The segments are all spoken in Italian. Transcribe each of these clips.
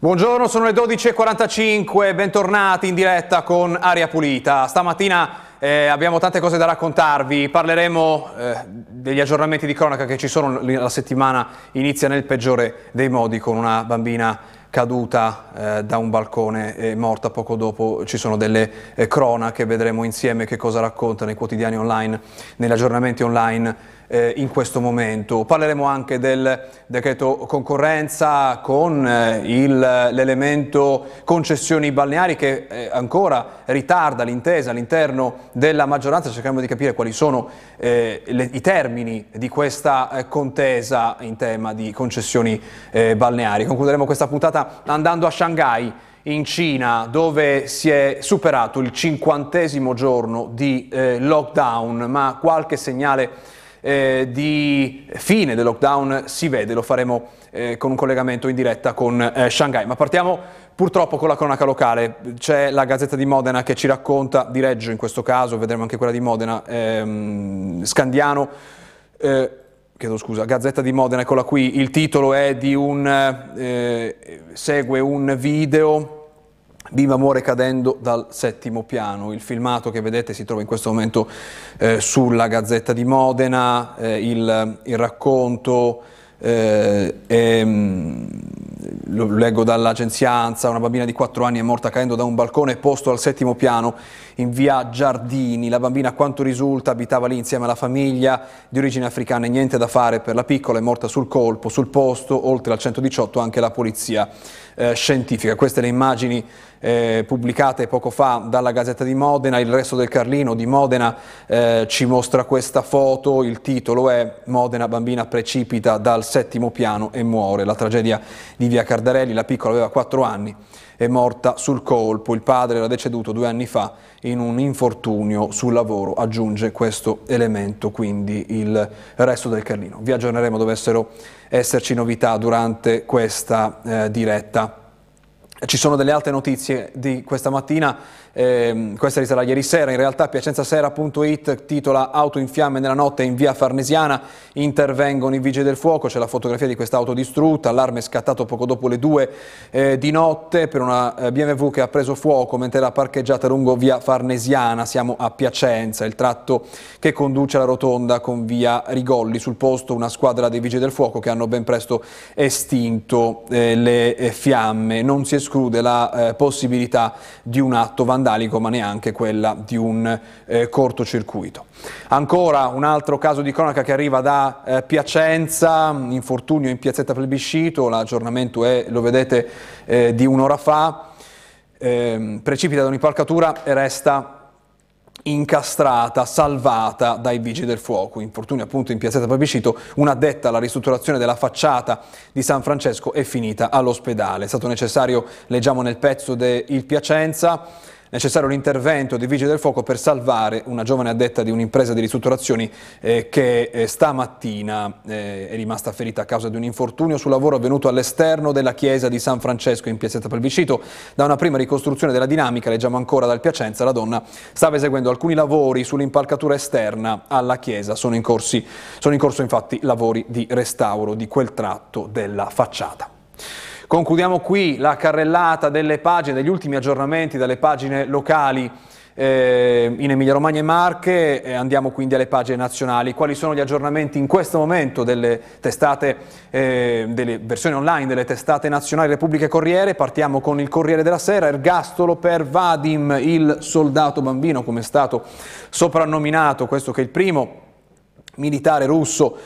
Buongiorno, sono le 12:45, bentornati in diretta con Aria Pulita. Stamattina abbiamo tante cose da raccontarvi, parleremo degli aggiornamenti di cronaca che ci sono. La settimana inizia nel peggiore dei modi con una bambina caduta da un balcone e morta poco dopo. Ci sono delle cronache, vedremo insieme che cosa raccontano i quotidiani online, negli aggiornamenti online in questo momento. Parleremo anche del decreto concorrenza con l'elemento concessioni balneari che ancora ritarda l'intesa all'interno della maggioranza. Cerchiamo di capire quali sono i termini di questa contesa in tema di concessioni balneari. Concluderemo questa puntata andando a Shanghai, in Cina, dove si è superato il 50° giorno di lockdown, ma qualche segnale di fine del lockdown si vede. Lo faremo con un collegamento in diretta con Shanghai. Ma partiamo purtroppo con la cronaca locale. C'è la Gazzetta di Modena che ci racconta, di Reggio in questo caso, vedremo anche quella di Modena, Scandiano, chiedo scusa, Gazzetta di Modena, eccola qui, il titolo è di segue un video. Bimba muore cadendo dal 7° piano. Il filmato che vedete si trova in questo momento sulla Gazzetta di Modena. Il racconto lo leggo dall'agenzia ANSA. Una bambina di 4 anni è morta cadendo da un balcone posto al 7° piano in via Giardini. La bambina, a quanto risulta, abitava lì insieme alla famiglia, di origine africana, e niente da fare per la piccola, è morta sul colpo, sul posto, oltre al 118 anche la polizia scientifica. Queste le immagini pubblicate poco fa dalla Gazzetta di Modena. Il Resto del Carlino di Modena ci mostra questa foto. Il titolo è: Modena, bambina precipita dal 7° piano e muore. La tragedia di via Cardarelli, la piccola aveva 4 anni, è morta sul colpo. Il padre era deceduto 2 anni fa in un infortunio sul lavoro, aggiunge questo elemento quindi il Resto del Carlino. Vi aggiorneremo dovessero esserci novità durante questa diretta. Ci sono delle altre notizie di questa mattina, questa risale ieri sera. In realtà piacenzasera.it titola: auto in fiamme nella notte in via Farnesiana, intervengono i vigili del fuoco. C'è la fotografia di questa auto distrutta. Allarme scattato poco dopo le 2 di notte per una BMW che ha preso fuoco mentre era parcheggiata lungo via Farnesiana. Siamo a Piacenza, il tratto che conduce alla rotonda con via Rigolli. Sul posto una squadra dei vigili del fuoco che hanno ben presto estinto le fiamme. Non si esclude la possibilità di un atto vandalico, ma neanche quella di un cortocircuito. Ancora un altro caso di cronaca che arriva da Piacenza, infortunio in piazzetta Plebiscito. L'aggiornamento è, lo vedete, di un'ora fa. Precipita da un'impalcatura e resta incastrata, salvata dai vigili del fuoco. Infortunio appunto in piazzetta Plebiscito. Un'addetta alla ristrutturazione della facciata di San Francesco è finita all'ospedale. È stato necessario, leggiamo nel pezzo del Piacenza, necessario l'intervento dei vigili del fuoco per salvare una giovane addetta di un'impresa di ristrutturazioni che stamattina è rimasta ferita a causa di un infortunio sul lavoro avvenuto all'esterno della chiesa di San Francesco in piazzetta Plebiscito. Da una prima ricostruzione della dinamica, leggiamo ancora dal Piacenza, la donna stava eseguendo alcuni lavori sull'impalcatura esterna alla chiesa. Sono in corso infatti lavori di restauro di quel tratto della facciata. Concludiamo qui la carrellata delle pagine, degli ultimi aggiornamenti dalle pagine locali in Emilia-Romagna e Marche. Andiamo quindi alle pagine nazionali. Quali sono gli aggiornamenti in questo momento delle testate, delle versioni online delle testate nazionali Repubblica e Corriere? Partiamo con il Corriere della Sera. Ergastolo per Vadim, il soldato bambino, come è stato soprannominato, questo che è il primo militare russo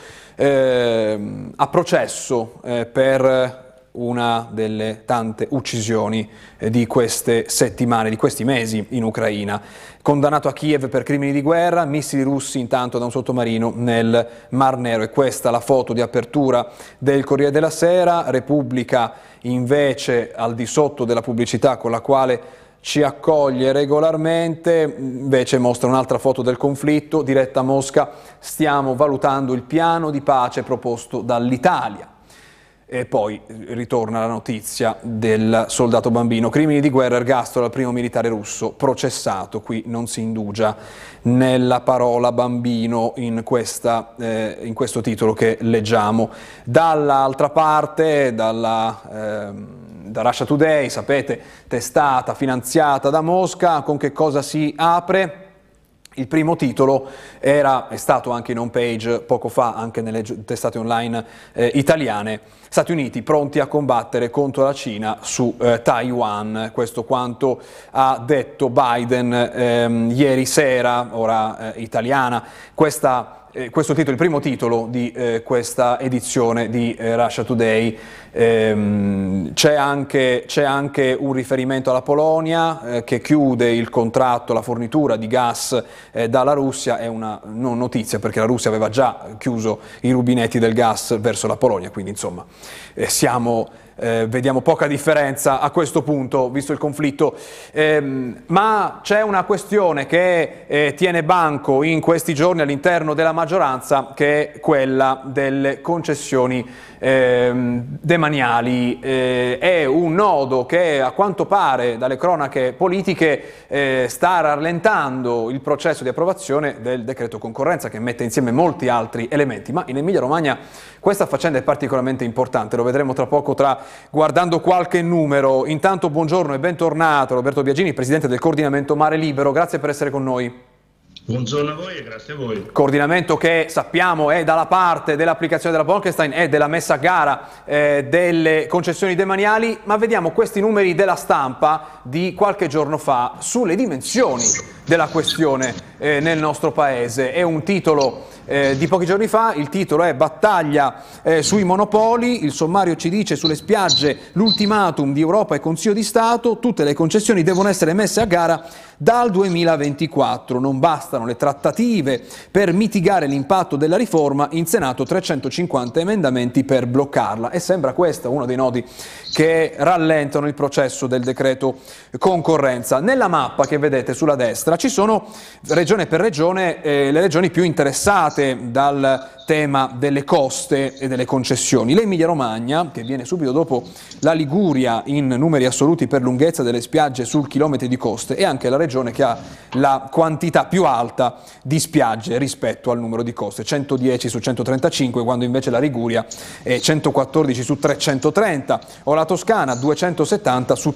a processo per una delle tante uccisioni di queste settimane, di questi mesi in Ucraina. Condannato a Kiev per crimini di guerra, missili russi intanto da un sottomarino nel Mar Nero. E questa la foto di apertura del Corriere della Sera. Repubblica invece, al di sotto della pubblicità con la quale ci accoglie regolarmente, invece mostra un'altra foto del conflitto. Diretta Mosca: stiamo valutando il piano di pace proposto dall'Italia. E poi ritorna la notizia del soldato bambino. Crimini di guerra, ergastolo al primo militare russo processato. Qui non si indugia nella parola bambino in questo titolo che leggiamo. Dall'altra parte, da Russia Today, sapete, testata finanziata da Mosca. Con che cosa si apre? Il primo titolo è stato anche in home page poco fa, anche nelle testate online italiane. Stati Uniti pronti a combattere contro la Cina su Taiwan. Questo quanto ha detto Biden ieri sera, ora italiana. Questo titolo, il primo titolo di questa edizione di Russia Today. C'è anche un riferimento alla Polonia che chiude il contratto, la fornitura di gas dalla Russia. È una non notizia, perché la Russia aveva già chiuso i rubinetti del gas verso la Polonia, quindi insomma vediamo poca differenza a questo punto, visto il conflitto. Ma c'è una questione che tiene banco in questi giorni all'interno della maggioranza, che è quella delle concessioni demaniali. È un nodo che, a quanto pare dalle cronache politiche, sta rallentando il processo di approvazione del decreto concorrenza, che mette insieme molti altri elementi. Ma in Emilia-Romagna questa faccenda è particolarmente importante, lo vedremo tra poco guardando qualche numero. Intanto buongiorno e bentornato Roberto Biagini, presidente del coordinamento Mare Libero, grazie per essere con noi. Buongiorno a voi e grazie a voi. Coordinamento che sappiamo è dalla parte dell'applicazione della Bolkestein e della messa a gara delle concessioni demaniali, ma vediamo questi numeri della stampa di qualche giorno fa sulle dimensioni della questione nel nostro paese. È un titolo di pochi giorni fa, il titolo è Battaglia sui monopoli, il sommario ci dice: sulle spiagge l'ultimatum di Europa e Consiglio di Stato, tutte le concessioni devono essere messe a gara dal 2024, non bastano le trattative per mitigare l'impatto della riforma, in Senato 350 emendamenti per bloccarla. E sembra questo uno dei nodi che rallentano il processo del decreto concorrenza. Nella mappa che vedete sulla destra ci sono regione per regione le regioni più interessate dal tema delle coste e delle concessioni. L'Emilia-Romagna, che viene subito dopo la Liguria in numeri assoluti per lunghezza delle spiagge sul chilometri di coste, è anche la regione che ha la quantità più alta di spiagge rispetto al numero di coste, 110 su 135, quando invece la Liguria è 114 su 330, o la Toscana 270 su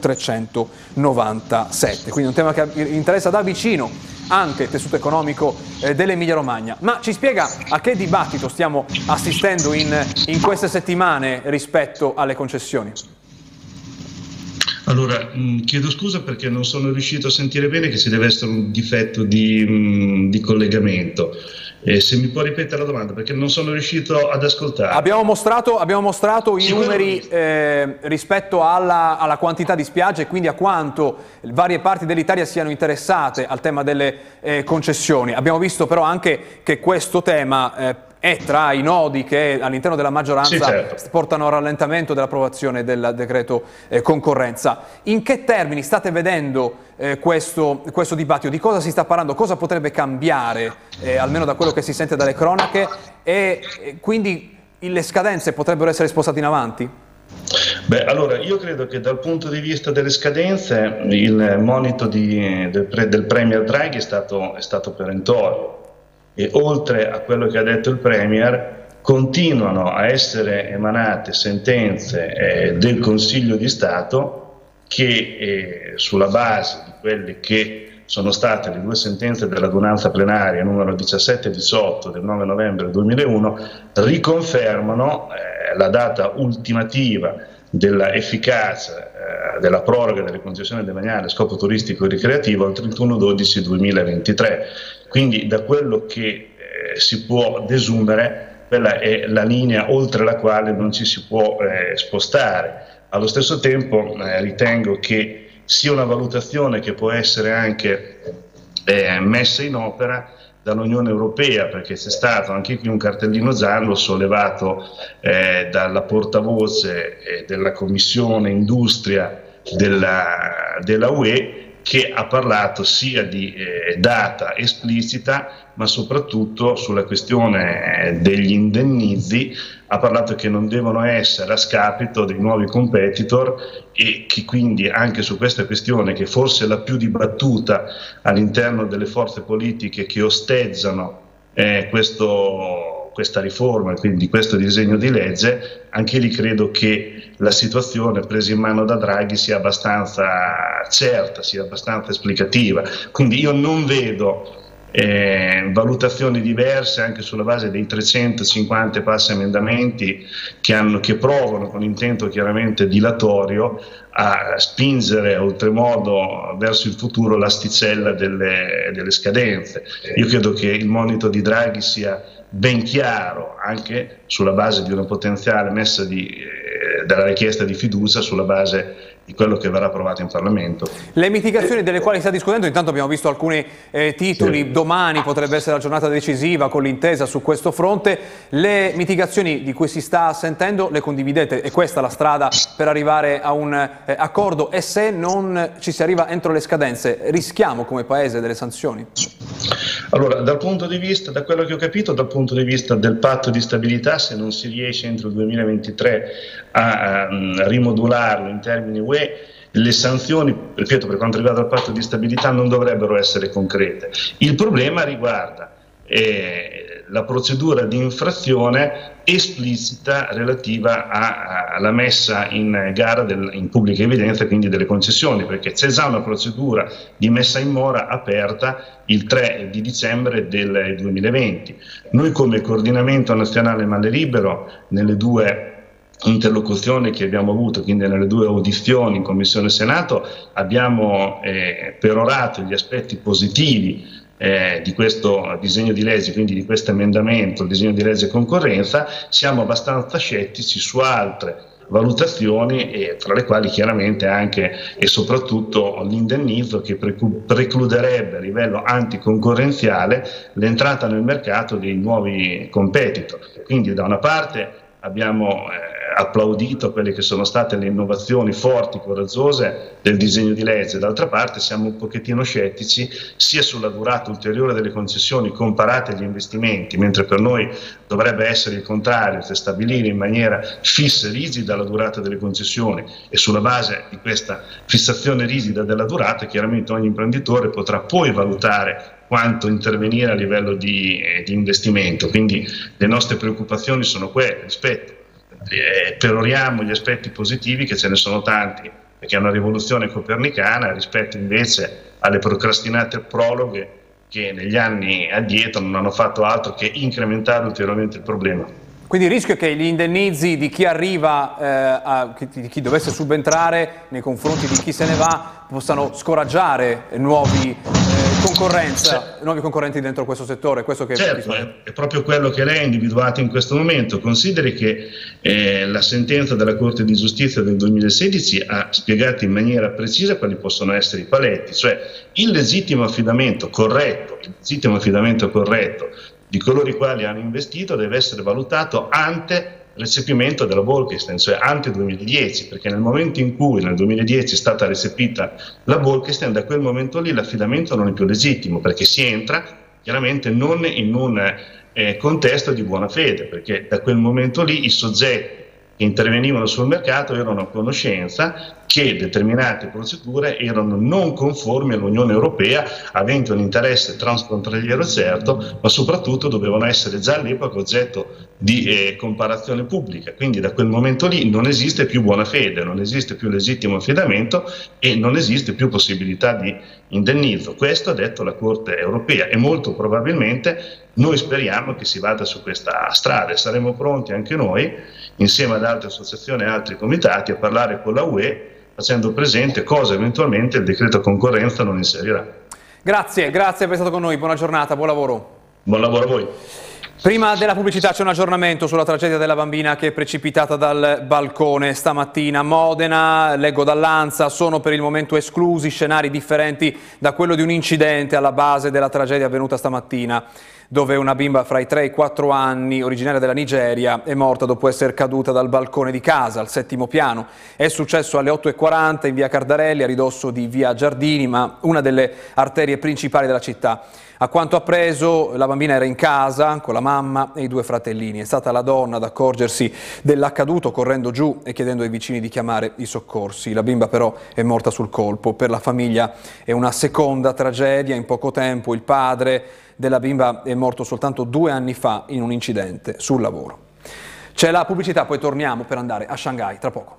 397. Quindi un tema che interessa da vicino anche il tessuto economico dell'Emilia-Romagna. Ma ci spiega a che dibattito stiamo assistendo in queste settimane rispetto alle concessioni? Allora, chiedo scusa perché non sono riuscito a sentire bene, che ci deve essere un difetto di collegamento. Se mi può ripetere la domanda, perché non sono riuscito ad ascoltare. Abbiamo mostrato i numeri rispetto alla quantità di spiagge e quindi a quanto varie parti dell'Italia siano interessate al tema delle concessioni. Abbiamo visto però anche che questo tema è tra i nodi che all'interno della maggioranza, sì, certo, portano al rallentamento dell'approvazione del decreto concorrenza. In che termini state vedendo questo dibattito? Di cosa si sta parlando? Cosa potrebbe cambiare, almeno da quello che si sente dalle cronache, e quindi le scadenze potrebbero essere spostate in avanti? Beh, allora io credo che dal punto di vista delle scadenze il monito del Premier Draghi è stato perentorio. E oltre a quello che ha detto il Premier, continuano a essere emanate sentenze del Consiglio di Stato che sulla base di quelle che sono state le due sentenze dell'adunanza plenaria numero 17 e 18 del 9 novembre 2001 riconfermano la data ultimativa della efficacia della proroga delle concessioni demaniali a scopo turistico e ricreativo al 31/12/2023. Quindi da quello che si può desumere, quella è la linea oltre la quale non ci si può spostare. Allo stesso tempo ritengo che sia una valutazione che può essere anche messa in opera dall'Unione Europea, perché c'è stato anche qui un cartellino giallo sollevato dalla portavoce della Commissione Industria della UE, che ha parlato sia di data esplicita, ma soprattutto sulla questione degli indennizi. Ha parlato che non devono essere a scapito dei nuovi competitor e che quindi anche su questa questione, che forse è la più dibattuta all'interno delle forze politiche che osteggiano questo questa riforma, quindi questo disegno di legge, anche lì credo che la situazione presa in mano da Draghi sia abbastanza certa, sia abbastanza esplicativa. Quindi io non vedo valutazioni diverse anche sulla base dei 350 passi emendamenti che provano, con intento chiaramente dilatorio, a spingere oltremodo verso il futuro l'asticella delle scadenze. Io credo che il monito di Draghi sia ben chiaro, anche sulla base di una potenziale messa della richiesta di fiducia, sulla base di quello che verrà approvato in Parlamento. Le mitigazioni delle quali sta discutendo, intanto abbiamo visto alcuni titoli, sì. Domani potrebbe essere la giornata decisiva con l'intesa su questo fronte. Le mitigazioni di cui si sta sentendo le condividete? È questa la strada per arrivare a un accordo? E se non ci si arriva entro le scadenze, rischiamo come Paese delle sanzioni? Allora, da quello che ho capito, dal punto di vista del patto di stabilità, se non si riesce entro il 2023 a rimodularlo in termini UE, le sanzioni, ripeto, per quanto riguarda il patto di stabilità non dovrebbero essere concrete. Il problema riguarda la procedura di infrazione esplicita relativa alla messa in gara in pubblica evidenza, quindi delle concessioni, perché c'è già una procedura di messa in mora aperta il 3 di dicembre del 2020. Noi come Coordinamento Nazionale Mare Libero, nelle due interlocuzioni che abbiamo avuto, quindi nelle due audizioni in Commissione Senato, abbiamo perorato gli aspetti positivi di questo disegno di legge, quindi di questo emendamento, il disegno di legge concorrenza. Siamo abbastanza scettici su altre valutazioni, tra le quali chiaramente anche e soprattutto l'indennizzo, che precluderebbe a livello anticoncorrenziale l'entrata nel mercato dei nuovi competitor. Quindi da una parte abbiamo applaudito quelle che sono state le innovazioni forti, coraggiose del disegno di legge, d'altra parte siamo un pochettino scettici sia sulla durata ulteriore delle concessioni comparate agli investimenti, mentre per noi dovrebbe essere il contrario, cioè stabilire in maniera fissa e rigida la durata delle concessioni, e sulla base di questa fissazione rigida della durata chiaramente ogni imprenditore potrà poi valutare quanto intervenire a livello di investimento. Quindi le nostre preoccupazioni sono quelle, rispetto, peroriamo gli aspetti positivi, che ce ne sono tanti, perché è una rivoluzione copernicana, rispetto invece alle procrastinate proroghe che negli anni addietro non hanno fatto altro che incrementare ulteriormente il problema. Quindi il rischio è che gli indennizi di chi arriva, di chi dovesse subentrare nei confronti di chi se ne va, possano scoraggiare nuovi concorrenti dentro questo settore. Questo che certo, è proprio quello che lei ha individuato in questo momento. Consideri che la sentenza della Corte di Giustizia del 2016 ha spiegato in maniera precisa quali possono essere i paletti, cioè il legittimo affidamento corretto di coloro i quali hanno investito deve essere valutato ante recepimento della Bolkestein, cioè ante 2010, perché nel momento in cui nel 2010 è stata recepita la Bolkestein, da quel momento lì l'affidamento non è più legittimo, perché si entra chiaramente non in un contesto di buona fede, perché da quel momento lì i soggetti che intervenivano sul mercato erano a conoscenza che determinate procedure erano non conformi all'Unione Europea, aventi un interesse transfrontaliero certo, ma soprattutto dovevano essere già all'epoca oggetto di comparazione pubblica. Quindi da quel momento lì non esiste più buona fede, non esiste più legittimo affidamento e non esiste più possibilità di indennizzo. Questo ha detto la Corte Europea, e molto probabilmente noi speriamo che si vada su questa strada, e saremo pronti anche noi, insieme ad altre associazioni e altri comitati, a parlare con la UE, facendo presente cosa eventualmente il decreto concorrenza non inserirà. Grazie per essere stato con noi, buona giornata, buon lavoro. Buon lavoro a voi. Prima della pubblicità c'è un aggiornamento sulla tragedia della bambina che è precipitata dal balcone stamattina a Modena. Leggo dall'Ansa, sono per il momento esclusi scenari differenti da quello di un incidente alla base della tragedia avvenuta stamattina, dove una bimba fra i 3 e i 4 anni, originaria della Nigeria, è morta dopo essere caduta dal balcone di casa al 7° piano. È successo alle 8:40 in via Cardarelli, a ridosso di via Giardini, ma una delle arterie principali della città. A quanto appreso, la bambina era in casa con la mamma e i 2 fratellini. È stata la donna ad accorgersi dell'accaduto correndo giù e chiedendo ai vicini di chiamare i soccorsi. La bimba però è morta sul colpo. Per la famiglia è una seconda tragedia. In poco tempo il padre della bimba è morto soltanto 2 anni fa in un incidente sul lavoro. C'è la pubblicità, poi torniamo per andare a Shanghai tra poco.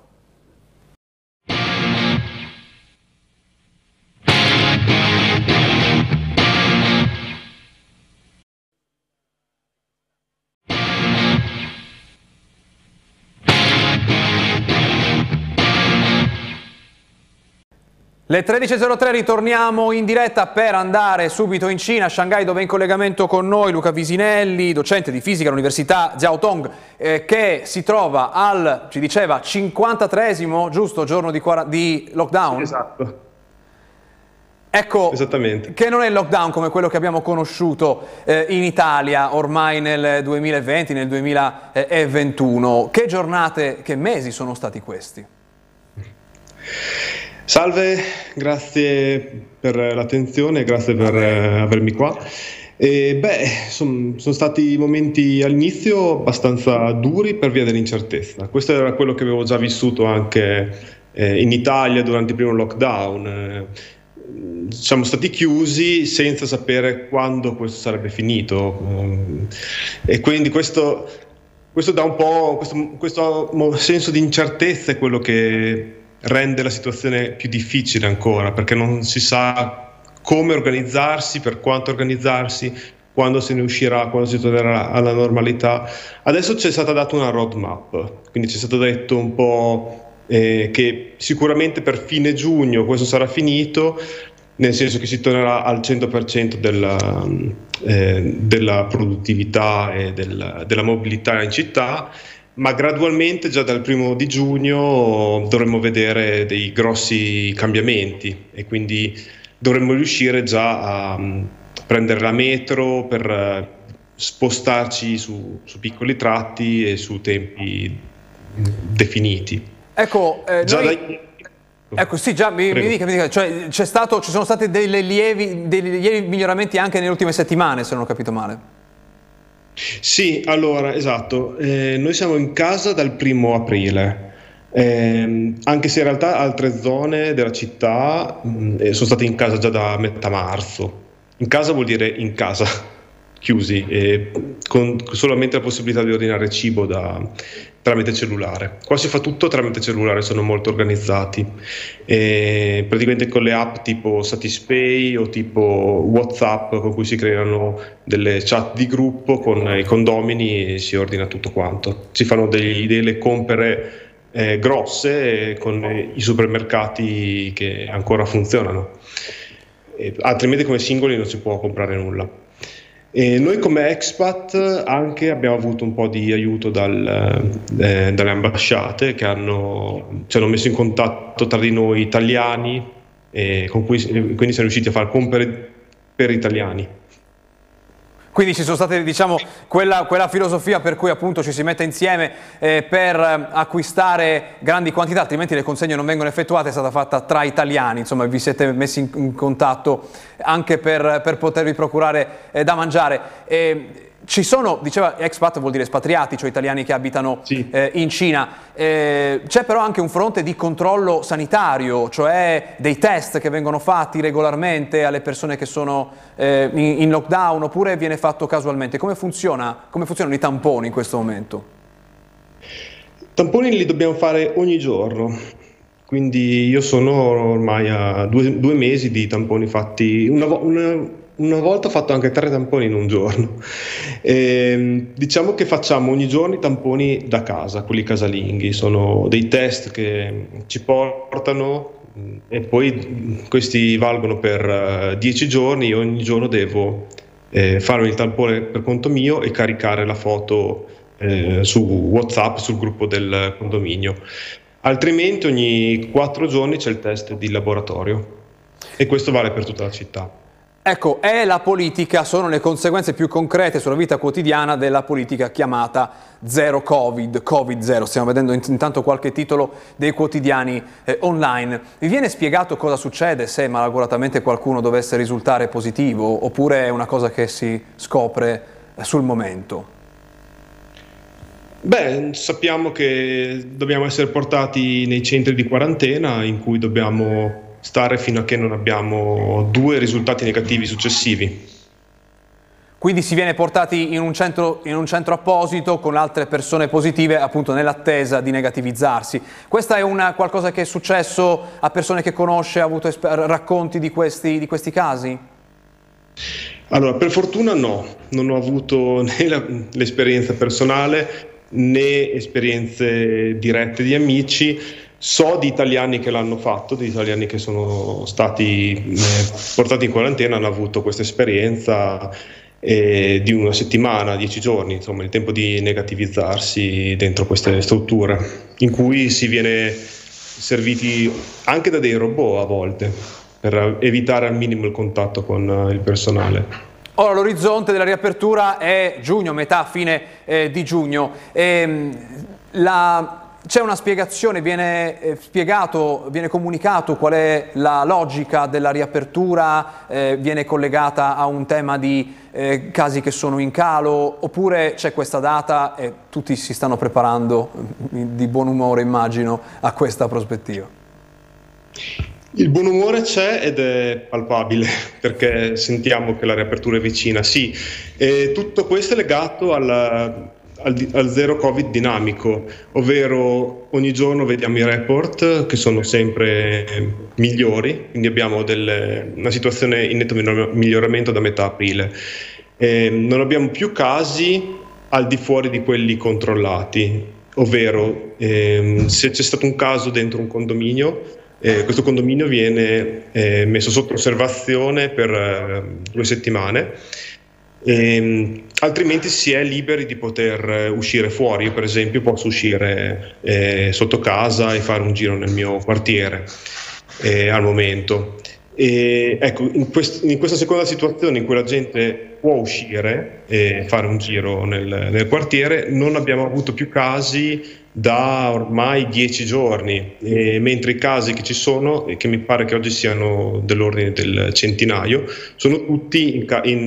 Le 13.03, ritorniamo in diretta per andare subito in Cina, a Shanghai, dove è in collegamento con noi Luca Visinelli, docente di fisica all'Università Jiao Tong, che si trova al, ci diceva, 53esimo, giusto, giorno di lockdown? Esatto. Ecco, esattamente. Che non è il lockdown come quello che abbiamo conosciuto in Italia ormai nel 2020, nel 2021. Che giornate, che mesi sono stati questi? Salve, grazie per l'attenzione, grazie per avermi qua. Sono stati momenti all'inizio abbastanza duri per via dell'incertezza. Questo era quello che avevo già vissuto anche in Italia durante il primo lockdown. Siamo stati chiusi senza sapere quando questo sarebbe finito, e quindi questo dà un po' questo senso di incertezza, è quello che rende la situazione più difficile ancora, perché non si sa come organizzarsi, per quanto organizzarsi, quando se ne uscirà, quando si tornerà alla normalità. Adesso ci è stata data una roadmap, quindi ci è stato detto un po' che sicuramente per fine giugno questo sarà finito, nel senso che si tornerà al 100% della produttività e della mobilità in città, ma gradualmente già dal 1° giugno dovremmo vedere dei grossi cambiamenti, e quindi dovremmo riuscire già a prendere la metro per spostarci su piccoli tratti e su tempi definiti. Ecco, ecco, sì, già mi dica, cioè ci sono stati dei lievi miglioramenti anche nelle ultime settimane, se non ho capito male. Sì, allora, esatto, noi siamo in casa dal 1° aprile, anche se in realtà altre zone della città sono state in casa già da metà marzo. In casa vuol dire in casa, chiusi, con solamente la possibilità di ordinare cibo tramite cellulare. Qua si fa tutto tramite cellulare, sono molto organizzati, praticamente con le app tipo Satispay o tipo WhatsApp, con cui si creano delle chat di gruppo con i condomini e si ordina tutto quanto. Si fanno delle compere grosse con i supermercati che ancora funzionano, altrimenti come singoli non si può comprare nulla. E noi come expat anche abbiamo avuto un po' di aiuto dalle ambasciate, che ci hanno messo in contatto tra di noi italiani, con cui quindi siamo riusciti a fare compere per italiani. Quindi ci sono state, diciamo, quella filosofia per cui appunto ci si mette insieme per acquistare grandi quantità, altrimenti le consegne non vengono effettuate, è stata fatta tra italiani, insomma vi siete messi in contatto anche per potervi procurare da mangiare. Ci sono, diceva expat vuol dire espatriati, cioè italiani che abitano sì, in Cina, c'è però anche un fronte di controllo sanitario, cioè dei test che vengono fatti regolarmente alle persone che sono in lockdown, oppure viene fatto casualmente? Come funzionano i tamponi in questo momento? Tamponi li dobbiamo fare ogni giorno, quindi io sono ormai a due mesi di tamponi fatti. Una volta ho fatto anche 3 tamponi in un giorno. Diciamo che facciamo ogni giorno i tamponi da casa, quelli casalinghi, sono dei test che ci portano e poi questi valgono per 10 giorni. Io ogni giorno devo farmi il tampone per conto mio e caricare la foto su WhatsApp, sul gruppo del condominio. Altrimenti ogni 4 giorni c'è il test di laboratorio, e questo vale per tutta la città. Ecco, è la politica, sono le conseguenze più concrete sulla vita quotidiana della politica chiamata Zero Covid, Covid Zero. Stiamo vedendo intanto qualche titolo dei quotidiani online. Vi viene spiegato cosa succede se malauguratamente qualcuno dovesse risultare positivo, oppure è una cosa che si scopre sul momento? Beh, sappiamo che dobbiamo essere portati nei centri di quarantena, in cui dobbiamo stare fino a che non abbiamo 2 risultati negativi successivi. Quindi si viene portati in un centro apposito con altre persone positive, appunto nell'attesa di negativizzarsi. Questa è qualcosa che è successo a persone che conosce, ha avuto racconti di questi casi? Allora, per fortuna no, non ho avuto né l'esperienza personale né esperienze dirette di amici. So di italiani che l'hanno fatto, di italiani che sono stati portati in quarantena, hanno avuto questa esperienza di una settimana, 10 giorni, insomma il tempo di negativizzarsi dentro queste strutture, in cui si viene serviti anche da dei robot a volte, per evitare al minimo il contatto con il personale. Ora l'orizzonte della riapertura è giugno, fine di giugno. C'è una spiegazione, viene comunicato qual è la logica della riapertura, viene collegata a un tema di casi che sono in calo, oppure c'è questa data e tutti si stanno preparando di buon umore, immagino, a questa prospettiva? Il buon umore c'è ed è palpabile, perché sentiamo che la riapertura è vicina, sì. E tutto questo è legato al zero Covid dinamico, ovvero ogni giorno vediamo i report che sono sempre migliori, quindi abbiamo una situazione in netto miglioramento da metà aprile. Non abbiamo più casi al di fuori di quelli controllati, ovvero se c'è stato un caso dentro un condominio, questo condominio viene messo sotto osservazione per 2 settimane. Altrimenti si è liberi di poter uscire fuori. Io per esempio posso uscire sotto casa e fare un giro nel mio quartiere al momento. Ecco, in questa seconda situazione in cui la gente può uscire e fare un giro nel quartiere, non abbiamo avuto più casi da ormai 10 giorni, mentre i casi che ci sono, e che mi pare che oggi siano dell'ordine del centinaio, sono tutti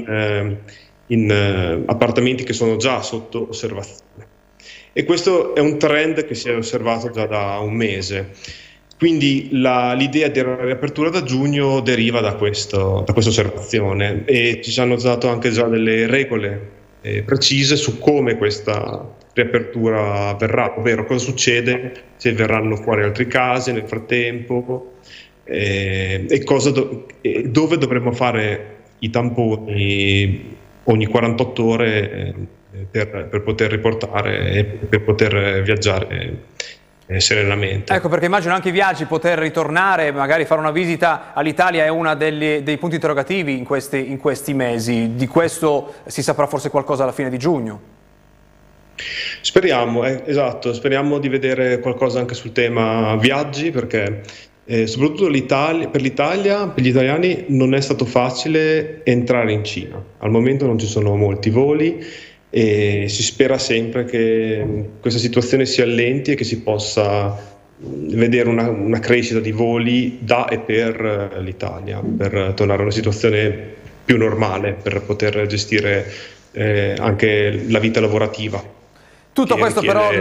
in appartamenti che sono già sotto osservazione. E questo è un trend che si è osservato già da un mese. Quindi l'idea della riapertura da giugno deriva da questa osservazione, e ci hanno dato anche già delle regole precise su come questa riapertura avverrà, ovvero cosa succede se verranno fuori altri casi nel frattempo, e dove dovremo fare i tamponi ogni 48 ore per poter riportare e per poter viaggiare serenamente. Ecco, perché immagino anche i viaggi, poter ritornare, magari fare una visita all'Italia è uno dei punti interrogativi in questi mesi. Di questo si saprà forse qualcosa alla fine di giugno? Speriamo, esatto, speriamo di vedere qualcosa anche sul tema viaggi, perché soprattutto per l'Italia, per gli italiani non è stato facile entrare in Cina. Al momento non ci sono molti voli e si spera sempre che questa situazione si allenti e che si possa vedere una crescita di voli da e per l'Italia, per tornare a una situazione più normale, per poter gestire anche la vita lavorativa. Tutto questo però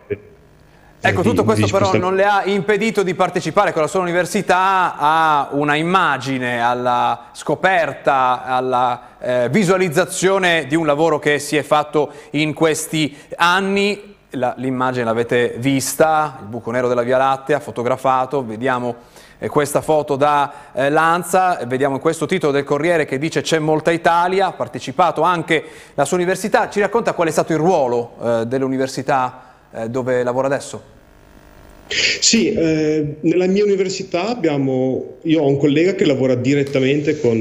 non le ha impedito di partecipare con la sua università a una immagine, alla scoperta, alla visualizzazione di un lavoro che si è fatto in questi anni. L'immagine l'avete vista, il buco nero della Via Lattea, fotografato, vediamo questa foto da Lanza, vediamo questo titolo del Corriere che dice "C'è molta Italia", ha partecipato anche la sua università. Ci racconta qual è stato il ruolo dell'università dove lavora adesso? Sì, nella mia università io ho un collega che lavora direttamente con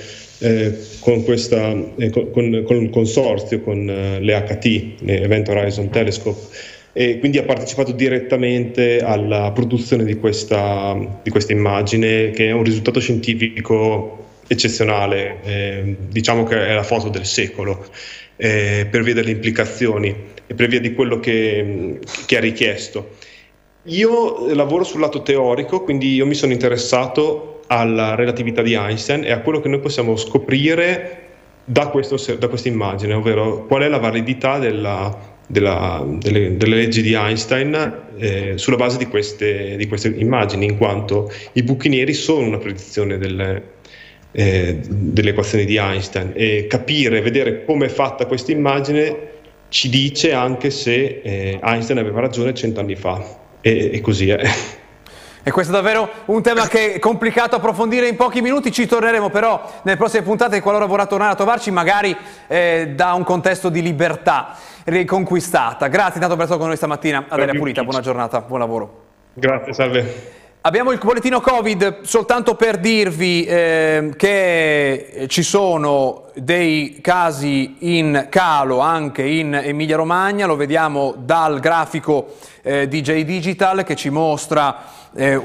il consorzio, con l'EHT, l'Event Horizon Telescope, e quindi ha partecipato direttamente alla produzione di questa immagine, che è un risultato scientifico eccezionale, diciamo che è la foto del secolo, per via delle implicazioni e per via di quello che ha richiesto. Io lavoro sul lato teorico, quindi io mi sono interessato alla relatività di Einstein e a quello che noi possiamo scoprire da questa immagine, ovvero qual è la validità delle leggi di Einstein sulla base di queste immagini, in quanto i buchi neri sono una predizione delle equazioni di Einstein, e capire, vedere come è fatta questa immagine ci dice anche se Einstein aveva ragione 100 anni fa, e così è. E questo è davvero un tema che è complicato approfondire in pochi minuti, ci torneremo però nelle prossime puntate, qualora vorrà tornare a trovarci, magari da un contesto di libertà riconquistata. Grazie tanto per essere con noi stamattina, Adele Pulita, buona giornata, buon lavoro. Grazie, salve. Abbiamo il bollettino Covid, soltanto per dirvi che ci sono dei casi in calo anche in Emilia Romagna, lo vediamo dal grafico di J Digital che ci mostra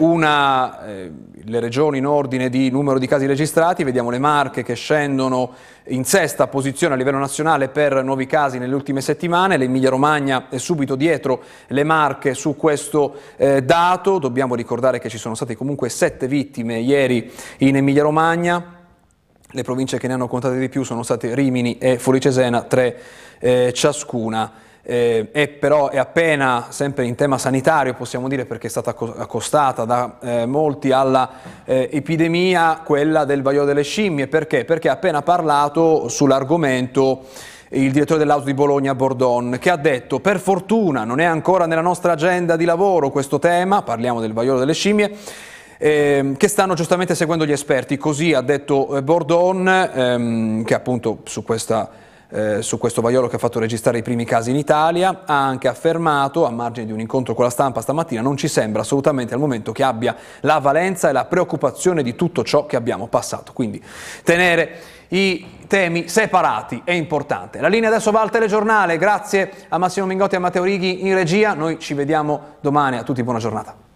le regioni in ordine di numero di casi registrati. Vediamo le Marche che scendono in sesta posizione a livello nazionale per nuovi casi nelle ultime settimane, l'Emilia Romagna è subito dietro le Marche su questo dato. Dobbiamo ricordare che ci sono state comunque 7 vittime ieri in Emilia Romagna. Le province che ne hanno contate di più sono state Rimini e Forlì-Cesena, 3 ciascuna. Però è appena, sempre in tema sanitario possiamo dire, perché è stata accostata da molti alla epidemia, quella del vaiolo delle scimmie. Perché? Perché ha appena parlato sull'argomento il direttore dell'AUS di Bologna, Bordon, che ha detto: per fortuna non è ancora nella nostra agenda di lavoro questo tema, parliamo del vaiolo delle scimmie, che stanno giustamente seguendo gli esperti. Così ha detto Bordon, che appunto su questo vaiolo che ha fatto registrare i primi casi in Italia, ha anche affermato, a margine di un incontro con la stampa stamattina: non ci sembra assolutamente al momento che abbia la valenza e la preoccupazione di tutto ciò che abbiamo passato. Quindi tenere i temi separati è importante. La linea adesso va al telegiornale, grazie a Massimo Mingotti e a Matteo Righi in regia, noi ci vediamo domani, a tutti buona giornata.